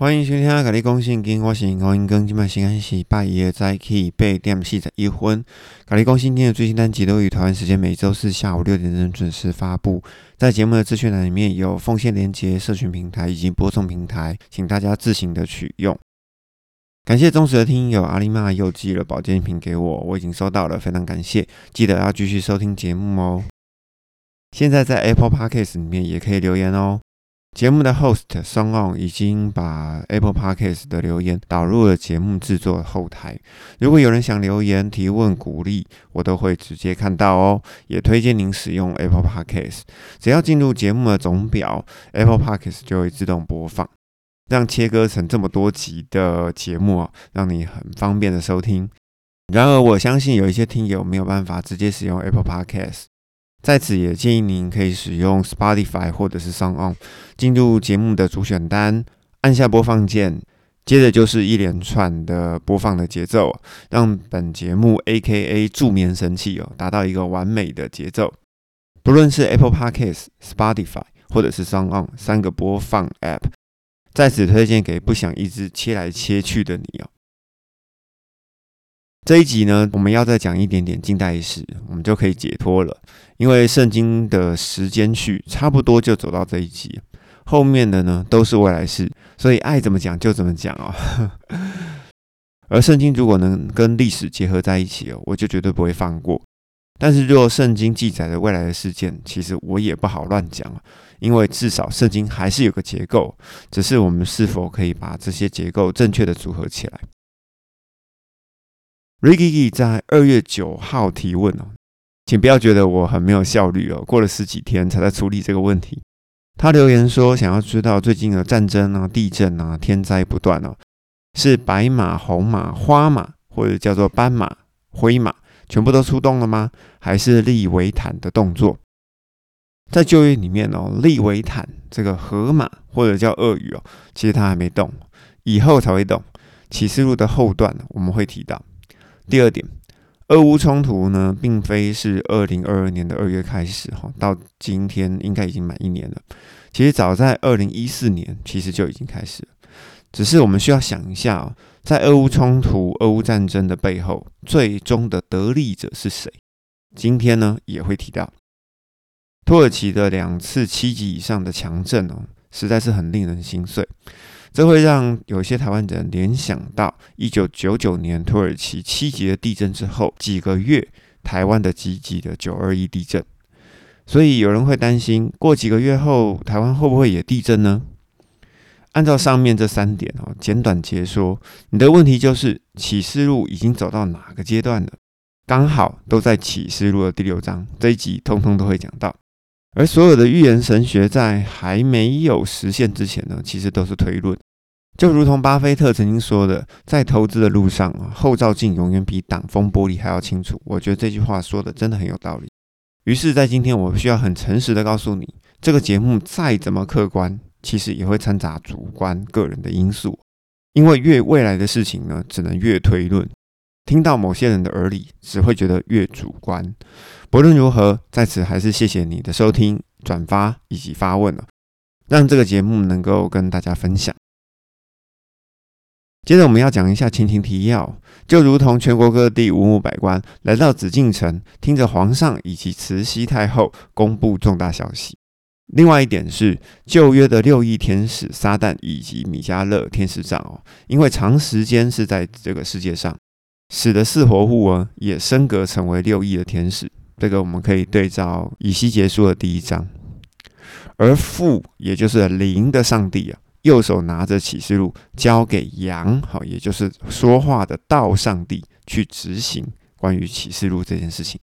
欢迎收听《甲你讲圣经》，我是吴英庚，今麦时间是8月早起8点41分。甲你讲圣经的最新单集都于台湾时间每周四下午6点钟准时发布。在节目的资讯栏里面有奉献连结、社群平台以及播送平台，请大家自行的取用。感谢忠实的听友阿丽玛又寄了保健品给我，我已经收到了，非常感谢。记得要继续收听节目哦。现在在 Apple Podcast 里面也可以留言哦。节目的 host SongOn 已经把 Apple Podcast 的留言导入了节目制作后台，如果有人想留言、提问、鼓励，我都会直接看到哦。也推荐您使用 Apple Podcast， 只要进入节目的总表， Apple Podcast 就会自动播放，让切割成这么多集的节目让你很方便的收听。然而我相信有一些听友没有办法直接使用 Apple Podcast，在此也建议您可以使用 Spotify 或者是 SongOn， 进入节目的主选单，按下播放键，接着就是一连串的播放的节奏，让本节目 AKA 助眠神器达到一个完美的节奏。不论是 Apple Podcast、Spotify 或者是 SongOn 3个播放 App， 在此推荐给不想一直切来切去的你这一集呢，我们要再讲一点点近代史，我们就可以解脱了。因为圣经的时间序差不多就走到这一集，后面的呢都是未来式，所以爱怎么讲就怎么讲而圣经如果能跟历史结合在一起我就绝对不会放过。但是如果圣经记载的未来的事件，其实我也不好乱讲因为至少圣经还是有个结构，只是我们是否可以把这些结构正确的组合起来。Ricky 在2月9号提问请不要觉得我很没有效率过了10几天才在处理这个问题。他留言说想要知道最近的战争地震天灾不断是白马、红马、花马或者叫做斑马、灰马全部都出动了吗？还是利维坦的动作？在旧约里面利维坦这个河马或者叫鳄鱼其实它还没动，以后才会动。启示录的后段我们会提到。第二点，俄乌冲突呢，并非是2022年的2月开始到今天应该已经满1年了。其实早在2014年其实就已经开始了，只是我们需要想一下在俄乌冲突、俄乌战争的背后，最终的得利者是谁？今天呢也会提到。土耳其的2次7级以上的强震实在是很令人心碎。这会让有些台湾人联想到1999年土耳其7级的地震之后几个月台湾的几级的921地震，所以有人会担心过几个月后台湾会不会也地震呢？按照上面这3点简短截说，你的问题就是启示录已经走到哪个阶段了？刚好都在启示录的第6章，这一集通通都会讲到。而所有的预言神学在还没有实现之前呢，其实都是推论。就如同巴菲特曾经说的，在投资的路上后照镜永远比挡风玻璃还要清楚。我觉得这句话说的真的很有道理。于是在今天我需要很诚实的告诉你，这个节目再怎么客观，其实也会掺杂主观个人的因素。因为越未来的事情呢，只能越推论。听到某些人的耳里，只会觉得越主观。不论如何，在此还是谢谢你的收听、转发以及发问让这个节目能够跟大家分享。接着我们要讲一下前情提要，就如同全国各地文武百官来到紫禁城，听着皇上以及慈禧太后公布重大消息。另外一点是旧约的6翼天使撒旦以及米迦勒天使长因为长时间是在这个世界上，使得4活物也升格成为6翼的天使。这个我们可以对照以西结书的第1章。而父也就是灵的上帝右手拿着启示录交给羊也就是说话的道上帝去执行关于启示录这件事情。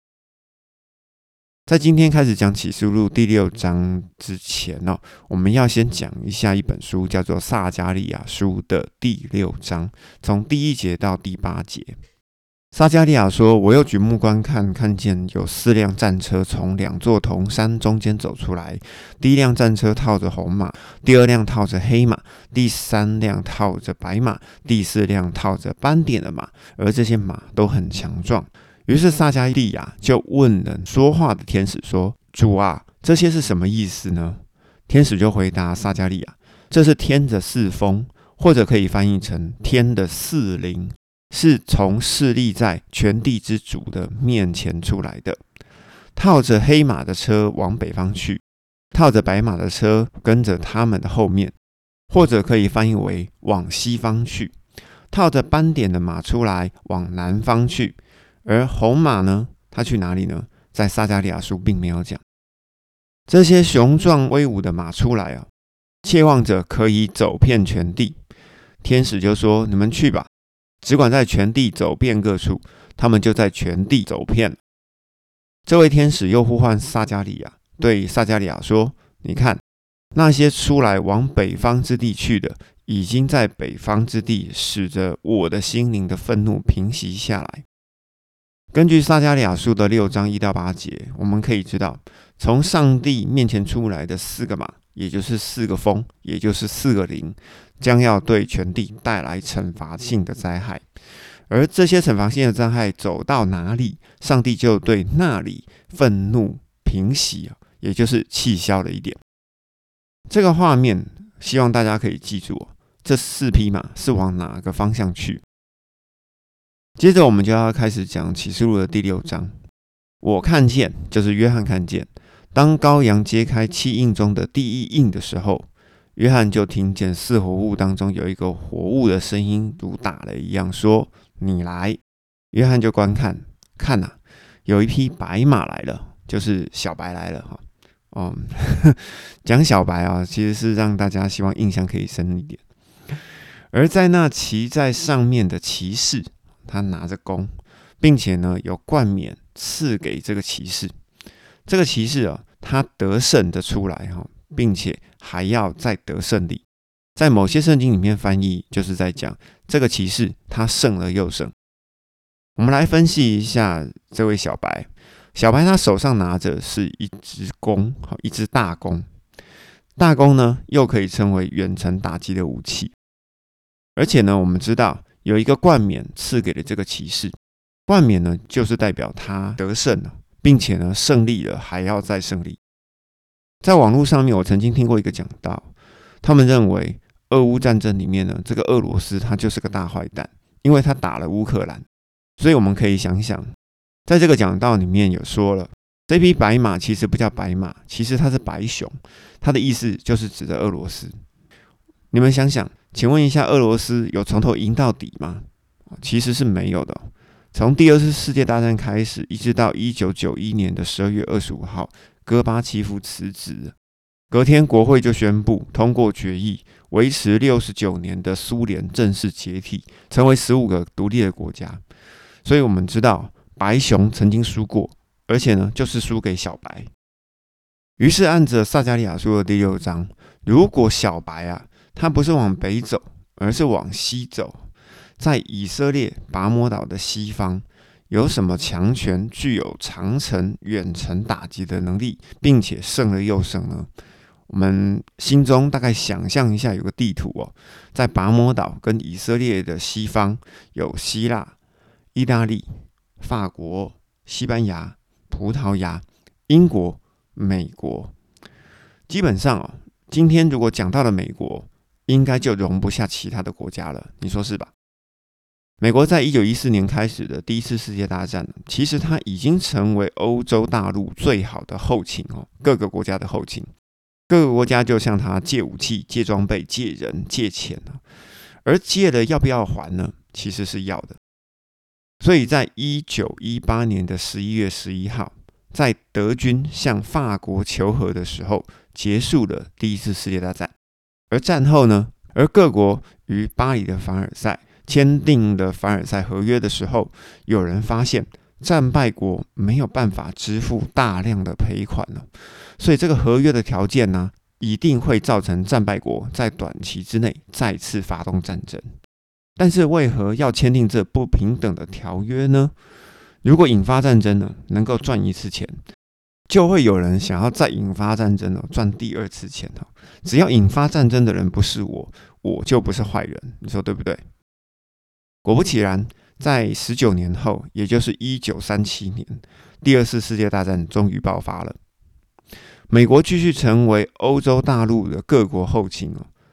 在今天开始讲启示录第6章之前我们要先讲一下一本书，叫做撒迦利亚书的第6章，从第1节到第8节。撒迦利亚说，我又举目观看，看见有4辆战车从2座铜山中间走出来，第1辆战车套着红马，第2辆套着黑马，第3辆套着白马，第4辆套着斑点的马，而这些马都很强壮。于是撒迦利亚就问人说话的天使说，主啊，这些是什么意思呢？天使就回答撒迦利亚， 这是天的四风，或者可以翻译成天的四灵，是从侍立在全地之主的面前出来的。套着黑马的车往北方去，套着白马的车跟着他们的后面，或者可以翻译为往西方去。套着斑点的马出来往南方去，而红马呢，它去哪里呢？在撒迦利亚书并没有讲。这些雄壮威武的马出来啊，切望着可以走遍全地。天使就说：你们去吧，只管在全地走遍各处。他们就在全地走遍了。这位天使又呼唤撒迦利亚，对撒迦利亚说：你看，那些出来往北方之地去的，已经在北方之地使得我的心灵的愤怒平息下来。根据撒迦利亚书的6章1到8节，我们可以知道，从上帝面前出来的4个马，也就是4个风，也就是4个灵，将要对全地带来惩罚性的灾害。而这些惩罚性的灾害走到哪里，上帝就对那里愤怒平息，也就是气消了一点。这个画面希望大家可以记住，这4匹马是往哪个方向去。接着我们就要开始讲启示录的第6章。我看见，就是约翰看见，当羔羊揭开7印中的第1印的时候，约翰就听见4活物当中有一个活物的声音，如打雷一样说：你来。约翰就观看，看啊，有一匹白马来了，就是小白来了。讲小白啊，其实是让大家希望印象可以深一点。而在那骑在上面的骑士，他拿着弓，并且呢有冠冕赐给这个骑士。这个骑士他得胜的出来，并且还要再得胜利。在某些圣经里面翻译，就是在讲这个骑士他胜了又胜。我们来分析一下这位小白。小白他手上拿着是一支弓，一支大弓。大弓呢，又可以称为远程打击的武器。而且呢，我们知道有一个冠冕赐给了这个骑士。冠冕呢，就是代表他得胜了，并且呢，胜利了还要再胜利。在网络上面，我曾经听过一个讲道，他们认为俄乌战争里面呢，这个俄罗斯他就是个大坏蛋，因为他打了乌克兰。所以我们可以想想，在这个讲道里面有说了，这匹白马其实不叫白马，其实它是白熊，它的意思就是指的俄罗斯。你们想想，请问一下，俄罗斯有从头赢到底吗？其实是没有的。从第2次世界大战开始，一直到1991年的12月25号，戈巴契夫辞职，隔天国会就宣布通过决议，维持69年的苏联正式解体，成为15个独立的国家。所以我们知道白熊曾经输过，而且呢，就是输给小白。于是按着撒迦利亚书的第6章，如果小白他不是往北走，而是往西走，在以色列拔摩岛的西方，有什么强权具有长程远程打击的能力，并且胜了又胜呢？我们心中大概想象一下，有个地图在拔摩岛跟以色列的西方有希腊、意大利、法国、西班牙、葡萄牙、英国、美国。基本上今天如果讲到了美国，应该就容不下其他的国家了，你说是吧？美国在1914年开始的第1次世界大战，其实它已经成为欧洲大陆最好的后勤，各个国家的后勤。各个国家就向他借武器、借装备、借人、借钱，而借了要不要还呢？其实是要的。所以在1918年的11月11号，在德军向法国求和的时候，结束了第1次世界大战。而战后呢，各国于巴黎的凡尔赛签订了凡尔赛合约的时候，有人发现战败国没有办法支付大量的赔款了，所以这个合约的条件呢，一定会造成战败国在短期之内再次发动战争。但是为何要签订这不平等的条约呢？如果引发战争呢，能够赚1次钱，就会有人想要再引发战争赚第2次钱。只要引发战争的人不是我就不是坏人，你说对不对？果不其然，在19年后，也就是1937年，第2次世界大战终于爆发了。美国继续成为欧洲大陆的各国后勤，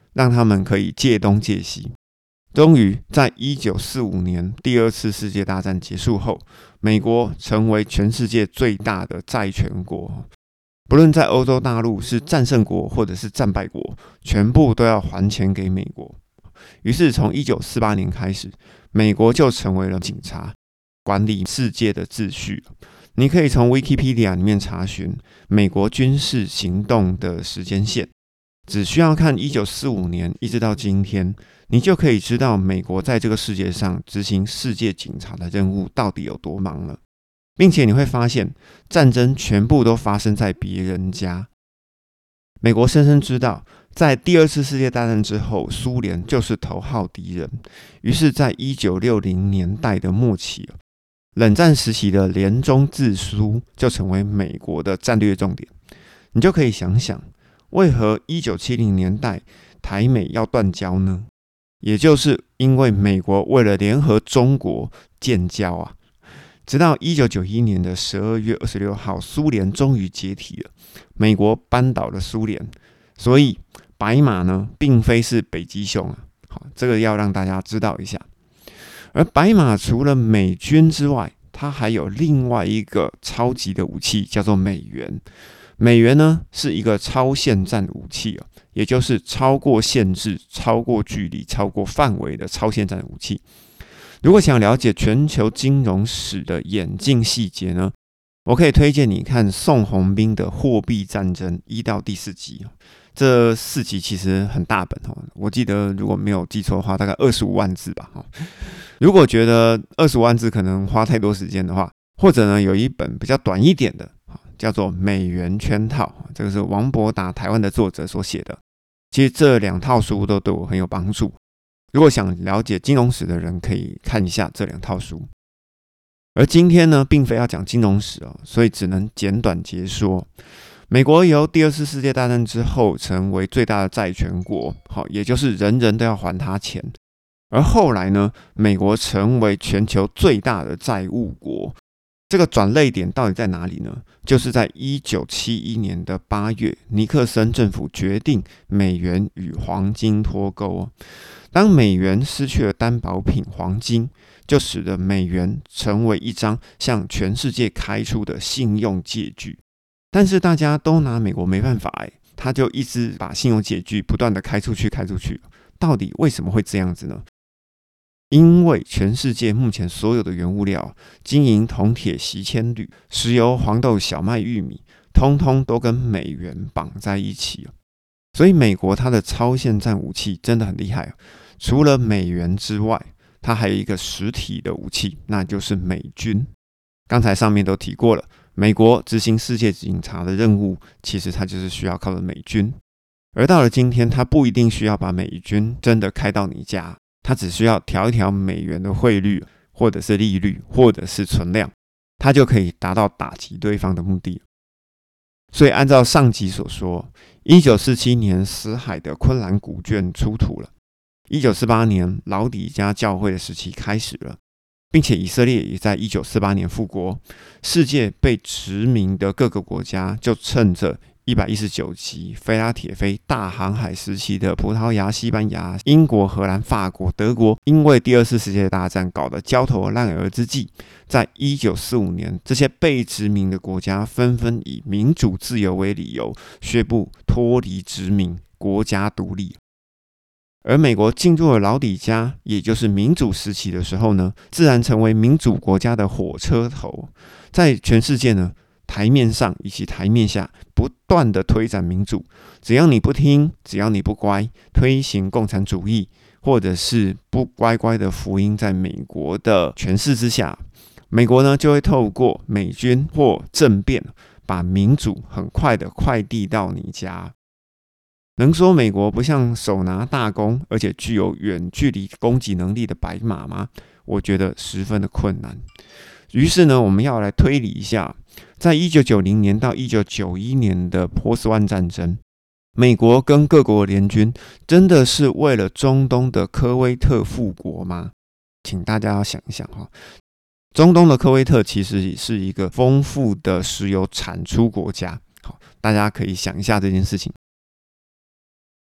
让他们可以借东借西。终于在1945年第二次世界大战结束后，美国成为全世界最大的债权国，不论在欧洲大陆是战胜国或者是战败国，全部都要还钱给美国。于是从1948年开始，美国就成为了警察，管理世界的秩序。你可以从 Wikipedia 里面查询美国军事行动的时间线，只需要看1945年一直到今天，你就可以知道美国在这个世界上执行世界警察的任务到底有多忙了。并且你会发现，战争全部都发生在别人家。美国深深知道，在第二次世界大战之后，苏联就是头号敌人。于是在1960年代的末期，冷战时期的联中制苏就成为美国的战略重点。你就可以想想，为何1970年代台美要断交呢？也就是因为美国为了联合中国建交啊。直到1991年的12月26号，苏联终于解体了，美国扳倒了苏联。所以白马呢，并非是北极熊啊。好，这个要让大家知道一下。而白马除了美军之外，它还有另外一个超级的武器，叫做美元。美元呢，是一个超限战武器，也就是超过限制、超过距离、超过范围的超限战武器。如果想了解全球金融史的演进细节呢，我可以推荐你看宋鸿兵的《货币战争》1到第4集。这4集其实很大本，我记得如果没有记错的话，大概25万字吧。如果觉得25万字可能花太多时间的话，或者呢有一本比较短一点的，叫做《美元圈套》，这个是王伯达台湾的作者所写的。其实这2套书都对我很有帮助。如果想了解金融史的人，可以看一下这2套书。而今天呢，并非要讲金融史，所以只能简短截说。美国由第二次世界大战之后成为最大的债权国，也就是人人都要还他钱。而后来呢，美国成为全球最大的债务国。这个转捩点到底在哪里呢？就是在1971年的8月，尼克森政府决定美元与黄金脱钩。当美元失去了担保品黄金，就使得美元成为一张向全世界开出的信用借据。但是大家都拿美国没办法，他就一直把信用借据不断的开出去。到底为什么会这样子呢？因为全世界目前所有的原物料，金银铜铁锡铅铝、石油黄豆小麦玉米，通通都跟美元绑在一起。所以美国它的超限战武器真的很厉害。除了美元之外，它还有一个实体的武器，那就是美军。刚才上面都提过了，美国执行世界警察的任务，其实它就是需要靠的美军。而到了今天，它不一定需要把美军真的开到你家，它只需要调一调美元的汇率，或者是利率，或者是存量，它就可以达到打击对方的目的。所以按照上集所说，1947年死海的昆兰古卷出土了，1948年老底嘉教会的时期开始了，并且以色列也在1948年复国。世界被殖民的各个国家就趁着119级菲拉铁菲大航海时期的葡萄牙、西班牙、英国、荷兰、法国、德国，因为第二次世界大战搞得焦头烂额之际，在1945年，这些被殖民的国家纷纷以民主自由为理由，宣布脱离殖民，国家独立。而美国进入了老底嘉，也就是民主时期的时候呢，自然成为民主国家的火车头，在全世界呢，台面上以及台面下不断的推展民主。只要你不听，只要你不乖，推行共产主义，或者是不乖乖的福音在美国的权势之下，美国呢就会透过美军或政变，把民主很快的快递到你家。能说美国不像手拿大弓，而且具有远距离攻击能力的白马吗？我觉得十分的困难。于是呢，我们要来推理一下，在1990年到1991年的波斯湾战争，美国跟各国联军真的是为了中东的科威特复国吗？请大家要想一想哈。中东的科威特其实是一个丰富的石油产出国家，好，大家可以想一下这件事情。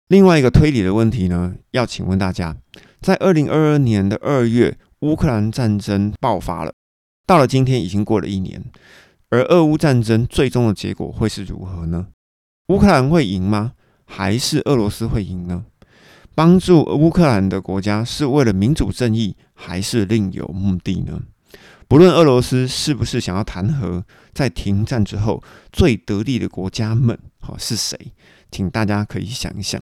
另外一个推理的问题呢，要请问大家，在2022年的2月，乌克兰战争爆发了，到了今天已经过了1年，而俄乌战争最终的结果会是如何呢？乌克兰会赢吗？还是俄罗斯会赢呢？帮助乌克兰的国家是为了民主正义，还是另有目的呢？不论俄罗斯是不是想要弹劾，在停战之后最得利的国家们是谁？请大家可以想一想。